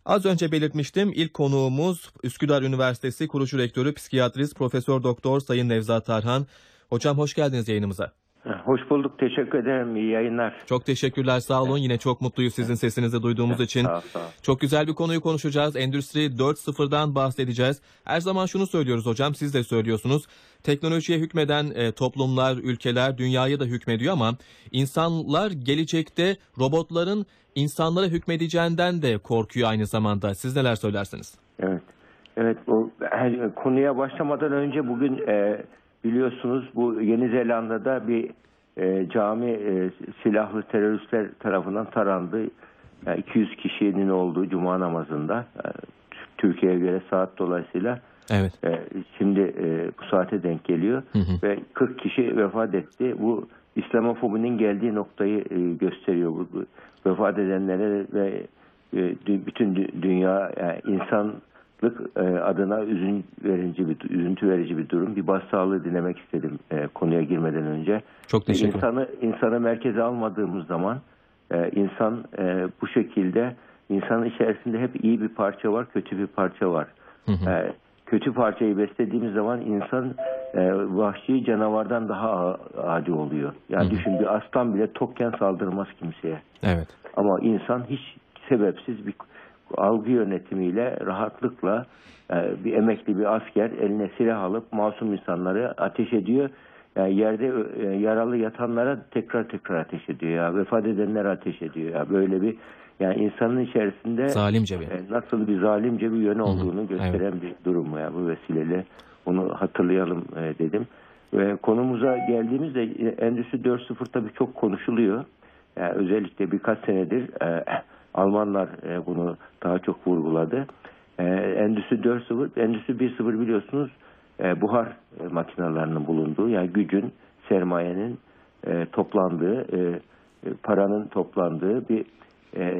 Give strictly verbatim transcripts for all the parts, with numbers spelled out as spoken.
Az önce belirtmiştim, ilk konuğumuz Üsküdar Üniversitesi Kurucu Rektörü Psikiyatrist Profesör Doktor Sayın Nevzat Tarhan. Hocam hoş geldiniz yayınımıza. Hoş bulduk, teşekkür ederim. İyi yayınlar. Çok teşekkürler, sağ olun. Yine çok mutluyuz sizin sesinizi duyduğumuz için. Sağ ol, sağ ol. Çok güzel bir konuyu konuşacağız. Endüstri dört nokta sıfırdan bahsedeceğiz. Her zaman şunu söylüyoruz hocam, siz de söylüyorsunuz. Teknolojiye hükmeden e, toplumlar, ülkeler dünyaya da hükmediyor ama insanlar gelecekte robotların insanlara hükmedeceğinden de korkuyor aynı zamanda. Siz neler söylersiniz? Evet, evet. Bu her, konuya başlamadan önce bugün e, biliyorsunuz bu Yeni Zelanda'da bir e, cami e, silahlı teröristler tarafından tarandı. Yani iki yüz kişinin olduğu Cuma namazında. Yani, Türkiye'ye göre saat dolayısıyla. Evet. E, şimdi e, bu saate denk geliyor. Hı hı. Ve kırk kişi vefat etti. Bu İslamofobinin geldiği noktayı e, gösteriyor. Bu, bu vefat edenlere ve e, bütün dünya, yani insanlık e, adına üzün verici bir üzüntü verici bir durum. Bir başsağlığı dilemek istedim e, konuya girmeden önce. Çok teşekkür ederim. İnsanı insanı merkeze almadığımız zaman e, insan e, bu şekilde insanın içerisinde hep iyi bir parça var, kötü bir parça var. Hı hı. E, kötü parçayı beslediğimiz zaman insan e, vahşi canavardan daha adi oluyor. Yani hı hı. düşün, bir aslan bile tokken saldırmaz kimseye. Evet. Ama insan hiç sebepsiz bir algı yönetimiyle rahatlıkla e, bir emekli bir asker eline silah alıp masum insanları ateş ediyor. Yani yerde e, yaralı yatanlara tekrar tekrar ateş ediyor ya. Vefat edenlere ateş ediyor ya. Böyle bir, yani insanın içerisinde Zalimce bir. e, nasıl bir zalimce bir yönü olduğunu Hı hı. gösteren Evet. bir durum ya. Bu vesileyle onu hatırlayalım e, dedim. Ve konumuza geldiğimizde Endüstri dört nokta sıfır tabii çok konuşuluyor. Yani özellikle birkaç senedir e, Almanlar e, bunu daha çok vurguladı. E, Endüstri dört nokta sıfır, Endüstri bir nokta sıfır biliyorsunuz e, buhar e, makinelerinin bulunduğu, yani gücün, sermayenin e, toplandığı, e, paranın toplandığı bir e,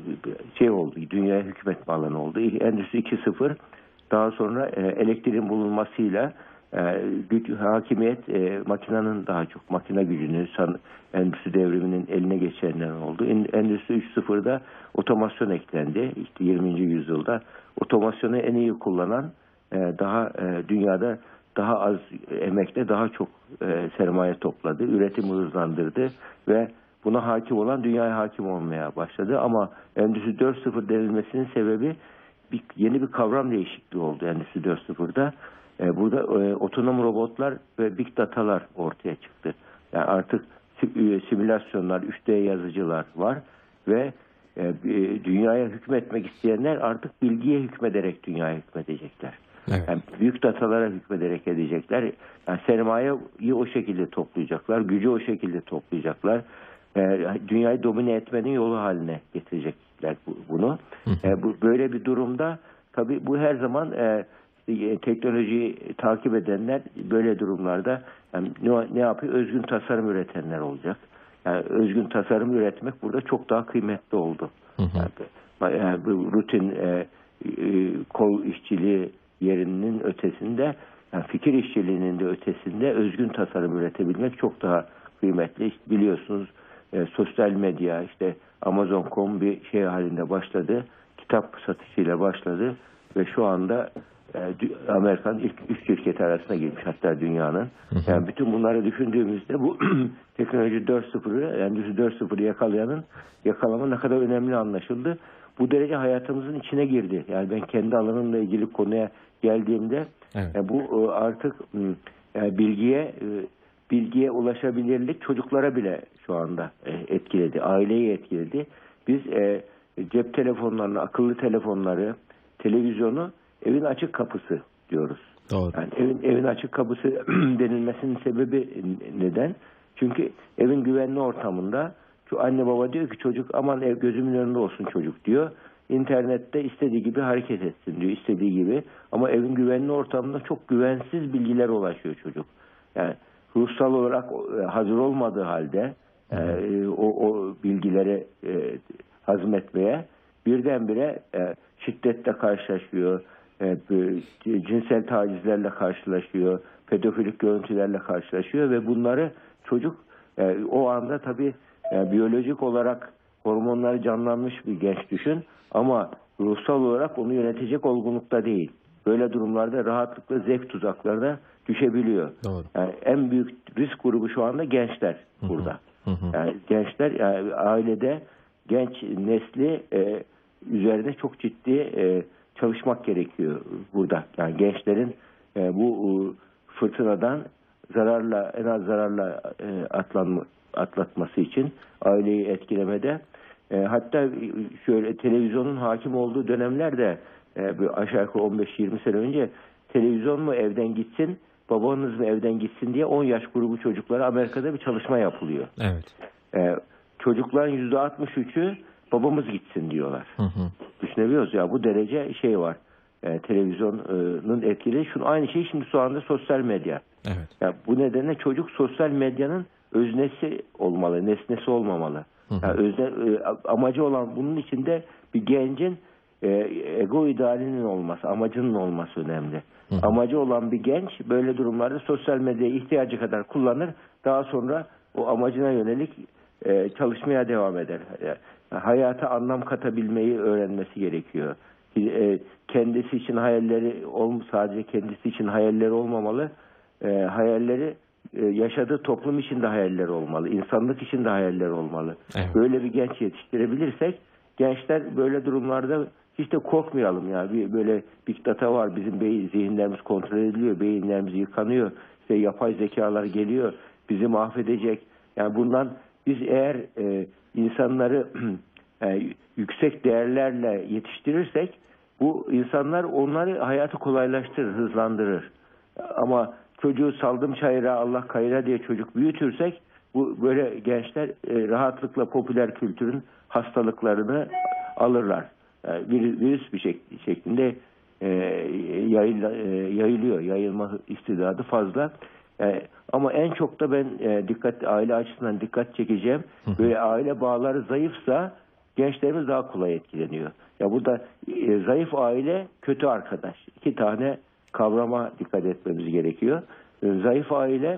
şey oldu. Dünyaya hükmetme alanı oldu. Endüstri iki nokta sıfır daha sonra e, elektriğin bulunmasıyla e, güç, hakimiyet e, makinenin daha çok makine gücünü san, endüstri devriminin eline geçenler oldu. Endüstri üç nokta sıfırda otomasyon eklendi. İşte yirminci yüzyılda otomasyonu en iyi kullanan, e, daha e, dünyada daha az emekle daha çok e, sermaye topladı. Üretimi hızlandırdı ve buna hakim olan dünyaya hakim olmaya başladı. Ama Endüstri dört nokta sıfır denilmesinin sebebi bir, yeni bir kavram değişikliği oldu Endüstri dört nokta sıfırda. E, burada e, otonom robotlar ve big datalar ortaya çıktı. Yani artık simülasyonlar, üç D yazıcılar var ve e, dünyaya hükmetmek isteyenler artık bilgiye hükmederek dünyaya hükmedecekler. Evet. Yani büyük datalara hükmederek edecekler. Yani sermayeyi o şekilde toplayacaklar, gücü o şekilde toplayacaklar. E, dünyayı domine etmenin yolu haline getirecekler bu, bunu. Hı hı. E, bu böyle bir durumda tabii bu her zaman e, teknolojiyi takip edenler böyle durumlarda yani ne, ne yapıyor? Özgün tasarım üretenler olacak. Yani özgün tasarım üretmek burada çok daha kıymetli oldu. Hı hı. Yani, yani bu rutin e, e, kol işçiliği yerinin ötesinde, yani fikir işçiliğinin de ötesinde özgün tasarım üretebilmek çok daha kıymetli. İşte biliyorsunuz e, sosyal medya, işte Amazon nokta com bir şey halinde başladı. Kitap satışıyla başladı ve şu anda e, Amerika'nın ilk üç şirketi arasına girmiş, hatta dünyanın. Hı hı. Yani bütün bunları düşündüğümüzde bu teknoloji dört nokta sıfırı, Endüstri dört nokta sıfırı yakalayanın yakalama ne kadar önemli anlaşıldı. Bu derece hayatımızın içine girdi. Yani ben kendi alanımla ilgili konuya geldiğimde Evet. e, bu artık e, bilgiye bilgiye ulaşabilirlik çocuklara bile şu anda e, etkiledi. Aileyi etkiledi. Biz e, cep telefonlarını, akıllı telefonları, televizyonu evin açık kapısı diyoruz. Doğru. Yani evin, evin açık kapısı denilmesinin sebebi neden? Çünkü evin güvenli ortamında şu anne baba diyor ki çocuk aman ev gözümün önünde olsun çocuk diyor. İnternette istediği gibi hareket etsin diyor, istediği gibi. Ama evin güvenli ortamında çok güvensiz bilgiler ulaşıyor çocuk. Yani ruhsal olarak hazır olmadığı halde e, o, o bilgileri e, hazmetmeye birdenbire e, şiddetle karşılaşıyor, e, cinsel tacizlerle karşılaşıyor, pedofilik görüntülerle karşılaşıyor ve bunları çocuk e, o anda tabii e, biyolojik olarak hormonları canlanmış bir genç düşün ama ruhsal olarak onu yönetecek olgunlukta değil. Böyle durumlarda rahatlıkla zevk tuzaklarına düşebiliyor. Doğru. Yani en büyük risk grubu şu anda gençler burada. Hı hı. Yani gençler, yani ailede genç nesli e, üzerinde çok ciddi e, çalışmak gerekiyor burada. Yani gençlerin e, bu e, fırtınadan zararla, en az zararla e, atlanma, atlatması için aileyi etkilemede. E, hatta şöyle televizyonun hakim olduğu dönemlerde e, aşağı yukarı on beş yirmi sene önce televizyon mu evden gitsin, babanız mı evden gitsin diye on yaş grubu çocuklara Amerika'da bir çalışma yapılıyor. Evet. E, çocukların yüzde altmış üçü babamız gitsin diyorlar. Hı hı. Düşünebiliyoruz ya, bu derece şey var. E, televizyonun etkili. Şunu aynı şey şimdi şu anda sosyal medya. Evet. Yani bu nedenle çocuk sosyal medyanın öznesi olmalı, nesnesi olmamalı. Hı hı. Yani özne, e, amacı olan bunun içinde bir gencin e, ego idealinin olması, amacının olması önemli. Hı hı. Amacı olan bir genç böyle durumlarda sosyal medyayı ihtiyacı kadar kullanır. Daha sonra o amacına yönelik e, çalışmaya devam eder. Yani hayata anlam katabilmeyi öğrenmesi gerekiyor. E, kendisi için hayalleri sadece kendisi için hayalleri olmamalı. E, hayalleri e, yaşadığı toplum için de hayaller olmalı. İnsanlık için de hayaller olmalı. Evet. Böyle bir genç yetiştirebilirsek gençler böyle durumlarda hiç de korkmayalım ya. Bir, böyle big data var. Bizim beyin, zihinlerimiz kontrol ediliyor. Beyinlerimiz yıkanıyor. İşte yapay zekalar geliyor. Bizi mahvedecek. Yani bundan biz eğer e, insanları e, yüksek değerlerle yetiştirirsek bu insanlar onları hayatı kolaylaştırır, hızlandırır. Ama çocuğu saldım çayıra Allah kayıra diye çocuk büyütürsek bu böyle gençler e, rahatlıkla popüler kültürün hastalıklarını alırlar. Yani virüs, virüs bir şek- şeklinde e, yayıl, e, yayılıyor. Yayılma istidadı fazla. E, ama en çok da ben e, dikkat aile açısından dikkat çekeceğim. Böyle aile bağları zayıfsa gençlerimiz daha kolay etkileniyor. Ya burada e, zayıf aile kötü arkadaş. İki tane kavrama dikkat etmemiz gerekiyor. E, zayıf aile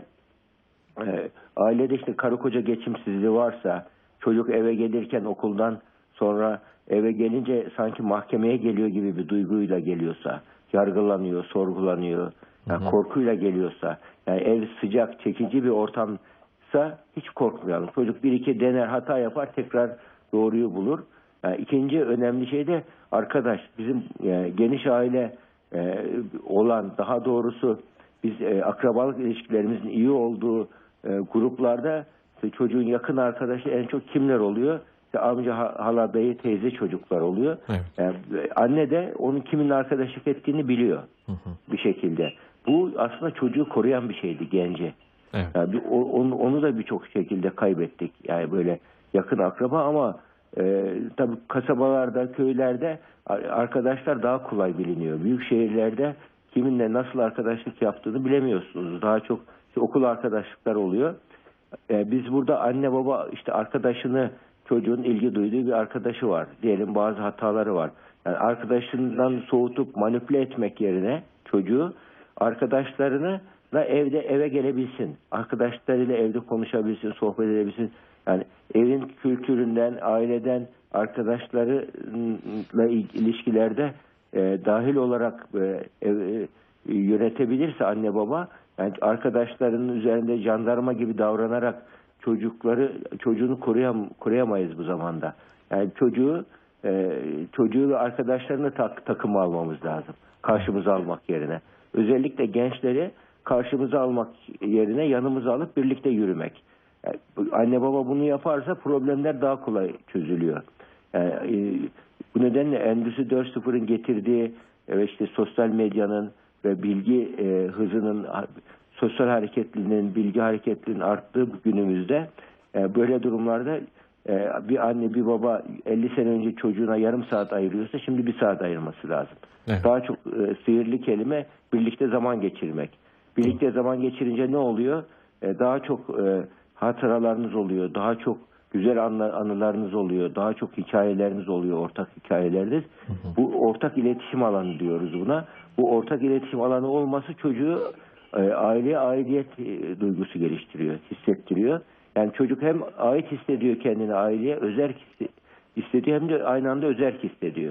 e, ailede işte karı koca geçimsizliği varsa, çocuk eve gelirken okuldan sonra eve gelince sanki mahkemeye geliyor gibi bir duyguyla geliyorsa, yargılanıyor, sorgulanıyor, yani korkuyla geliyorsa, yani ev sıcak, çekici bir ortamsa hiç korkmayalım. Çocuk bir iki dener, hata yapar, tekrar doğruyu bulur. Yani ikinci önemli şey de arkadaş. Bizim yani geniş aile e, olan, daha doğrusu biz e, akrabalık ilişkilerimizin iyi olduğu e, gruplarda işte çocuğun yakın arkadaşı en çok kimler oluyor? İşte amca, hala, dayı, teyze çocuklar oluyor. Evet. Yani anne de onun kimin arkadaşlık ettiğini biliyor Hı hı. bir şekilde. Bu aslında çocuğu koruyan bir şeydi, genci. Evet. Yani bir, onu, onu da birçok şekilde kaybettik. Yani böyle yakın akraba ama e, tabii kasabalarda, köylerde arkadaşlar daha kolay biliniyor. Büyük şehirlerde kiminle nasıl arkadaşlık yaptığını bilemiyorsunuz. Daha çok işte okul arkadaşlıklar oluyor. E, biz burada anne baba işte arkadaşını, çocuğun ilgi duyduğu bir arkadaşı var. Diyelim bazı hataları var. Yani arkadaşından soğutup manipüle etmek yerine çocuğu arkadaşlarını da evde eve gelebilsin. Arkadaşlarıyla evde konuşabilsin, sohbet edebilsin. Yani evin kültüründen, aileden, arkadaşlarıyla ilişkilerde e, dahil olarak e, ev, e, yönetebilirse anne baba, yani arkadaşlarının üzerinde jandarma gibi davranarak çocukları çocuğunu koruyam, koruyamayız bu zamanda. Yani çocuğu e, çocuğu ve arkadaşlarını tak, takıma almamız lazım. Karşımıza almak yerine. Özellikle gençleri karşımıza almak yerine yanımıza alıp birlikte yürümek. Yani anne baba bunu yaparsa problemler daha kolay çözülüyor. Yani, e, bu nedenle Endüstri dört nokta sıfırın getirdiği evet işte sosyal medyanın ve bilgi e, hızının, sosyal hareketliliğinin, bilgi hareketliliğinin arttığı günümüzde e, böyle durumlarda e, bir anne bir baba elli sene önce çocuğuna yarım saat ayırıyorsa şimdi bir saat ayırması lazım. Evet. Daha çok e, sihirli kelime birlikte zaman geçirmek. Birlikte zaman geçirince ne oluyor? E, daha çok e, hatıralarınız oluyor. Daha çok güzel anı, anılarınız oluyor. Daha çok hikayeleriniz oluyor. Ortak hikayeleriniz. Hı hı. Bu ortak iletişim alanı diyoruz buna. Bu ortak iletişim alanı olması çocuğu e, aileye aidiyet e, duygusu geliştiriyor, hissettiriyor. Yani çocuk hem ait hissediyor kendini aileye, özerk hissediyor, hem de aynı anda özerk hissediyor.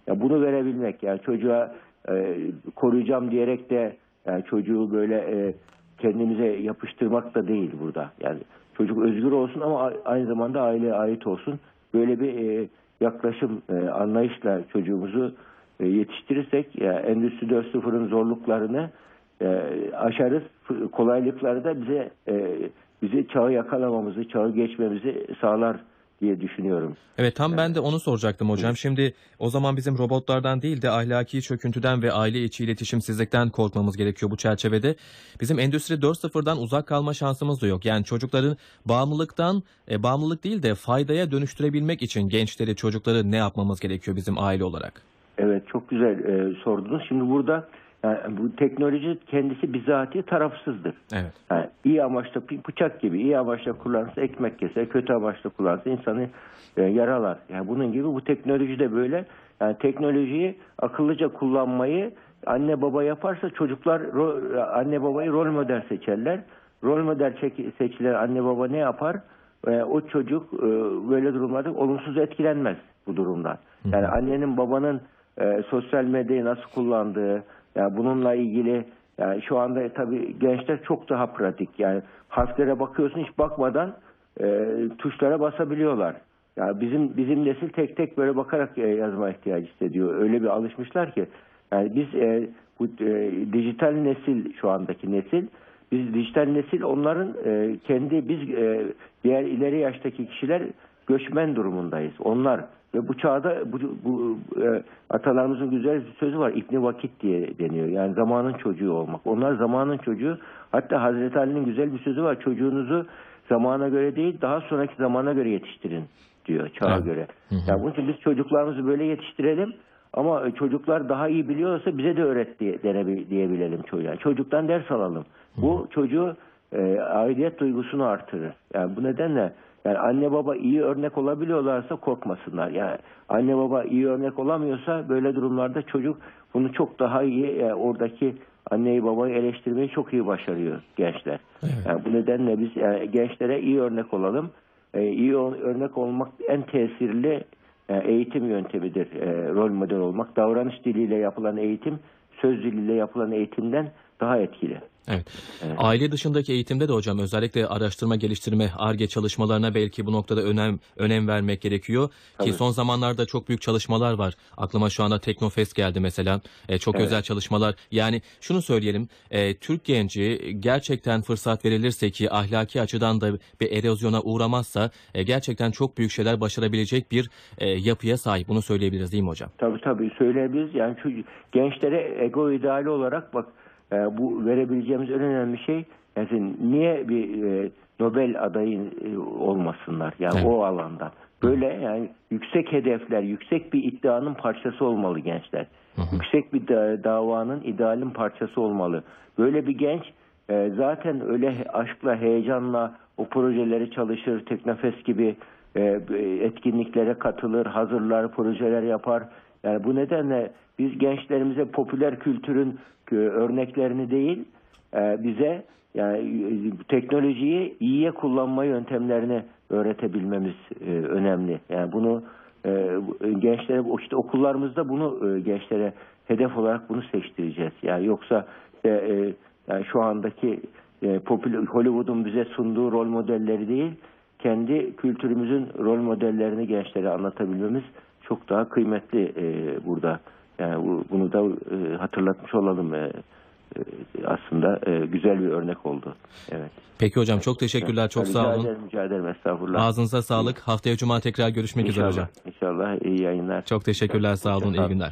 Ya bunu verebilmek, yani çocuğa e, koruyacağım diyerek de yani çocuğu böyle e, kendimize yapıştırmak da değil burada. Yani çocuk özgür olsun ama aynı zamanda aileye ait olsun. Böyle bir e, yaklaşım, e, anlayışla çocuğumuzu e, yetiştirirsek ya Endüstri dört nokta sıfırın zorluklarını e, aşarız. Kolaylıkları da bize e, bizi çağı yakalamamızı, çağı geçmemizi sağlar diye düşünüyorum. Evet, tam ben de onu soracaktım hocam. Şimdi o zaman bizim robotlardan değil de ahlaki çöküntüden ve aile içi iletişimsizlikten korkmamız gerekiyor bu çerçevede. Bizim Endüstri dört nokta sıfırdan uzak kalma şansımız da yok. Yani çocukların bağımlılıktan, e, bağımlılık değil de faydaya dönüştürebilmek için gençleri, çocukları ne yapmamız gerekiyor bizim aile olarak? Evet, çok güzel e, sordunuz. Şimdi burada yani bu teknoloji kendisi bizatihi tarafsızdır. Evet. Yani iyi amaçla bir bıçak gibi iyi amaçla kullanırsa ekmek keser, kötü amaçla kullanırsa insanı e, yaralar. Yani bunun gibi bu teknoloji de böyle. Yani teknolojiyi akıllıca kullanmayı anne baba yaparsa çocuklar ro, anne babayı rol model seçerler. Rol model seçilen anne baba ne yapar? E, o çocuk e, böyle durumlarda olumsuz etkilenmez bu durumdan. Yani annenin babanın e, sosyal medyayı nasıl kullandığı, yani bununla ilgili yani şu anda tabii gençler çok daha pratik. Yani harflere bakıyorsun hiç bakmadan e, tuşlara basabiliyorlar. Yani bizim bizim nesil tek tek böyle bakarak e, yazma ihtiyacı hissediyor. Öyle bir alışmışlar ki. Yani biz e, bu e, dijital nesil şu andaki nesil, biz dijital nesil onların e, kendi biz e, diğer ileri yaştaki kişiler göçmen durumundayız. Onlar ve bu çağda bu, bu e, atalarımızın güzel bir sözü var. İbni vakit diye deniyor. Yani zamanın çocuğu olmak. Onlar zamanın çocuğu. Hatta Hazreti Ali'nin güzel bir sözü var. Çocuğunuzu zamana göre değil, daha sonraki zamana göre yetiştirin diyor. Çağa Evet. göre. Hı hı. Yani bunun için biz çocuklarımızı böyle yetiştirelim. Ama çocuklar daha iyi biliyorsa bize de öğret diye, diyebilelim çocuğa. Çocuktan ders alalım. Bu çocuğu e, aidiyet duygusunu artırır. Yani bu nedenle yani anne baba iyi örnek olabiliyorlarsa korkmasınlar. Yani anne baba iyi örnek olamıyorsa böyle durumlarda çocuk bunu çok daha iyi yani oradaki anneyi babayı eleştirmeyi çok iyi başarıyor gençler. Evet. Yani bu nedenle biz yani gençlere iyi örnek olalım. E, iyi örnek olmak en tesirli e, eğitim yöntemidir. E, rol model olmak. Davranış diliyle yapılan eğitim söz diliyle yapılan eğitimden daha etkili. Evet. Evet. Aile dışındaki eğitimde de hocam özellikle araştırma, geliştirme, Ar-Ge çalışmalarına belki bu noktada önem önem vermek gerekiyor. Tabii. Ki son zamanlarda çok büyük çalışmalar var. Aklıma şu anda Teknofest geldi mesela. E, çok Evet. özel çalışmalar. Yani şunu söyleyelim. E, Türk genci gerçekten fırsat verilirse ki ahlaki açıdan da bir erozyona uğramazsa e, gerçekten çok büyük şeyler başarabilecek bir e, yapıya sahip. Bunu söyleyebiliriz değil mi hocam? Tabii tabii söyleyebiliriz. Yani şu gençlere ego ideali olarak bak e, bu verebileceğimiz en önemli şey yani niye bir e, Nobel adayı e, olmasınlar yani Evet. o alanda. Böyle yani yüksek hedefler, yüksek bir iddianın parçası olmalı gençler. Hı hı. Yüksek bir da, davanın, idealin parçası olmalı. Böyle bir genç e, zaten öyle aşkla, heyecanla o projeleri çalışır, Teknofest gibi e, etkinliklere katılır, hazırlar, projeler yapar. Yani bu nedenle biz gençlerimize popüler kültürün e, örneklerini değil, e, bize yani teknolojiyi iyiye kullanma yöntemlerini öğretebilmemiz e, önemli. Yani bunu e, gençlere işte okullarımızda bunu e, gençlere hedef olarak bunu seçtireceğiz. Yani yoksa e, e, yani şu andaki e, popüler Hollywood'un bize sunduğu rol modelleri değil, kendi kültürümüzün rol modellerini gençlere anlatabilmemiz çok daha kıymetli e, burada. Yani bu, bunu da e, hatırlatmış olalım. E, e, aslında e, güzel bir örnek oldu. Evet. Peki hocam çok teşekkürler. Çok rica sağ olun. Ederim, rica ederim. Estağfurullah. Ağzınıza sağlık. Haftaya Cuma tekrar görüşmek üzere hocam. İnşallah. İnşallah iyi yayınlar. Çok teşekkürler. Sağ olun. İyi günler.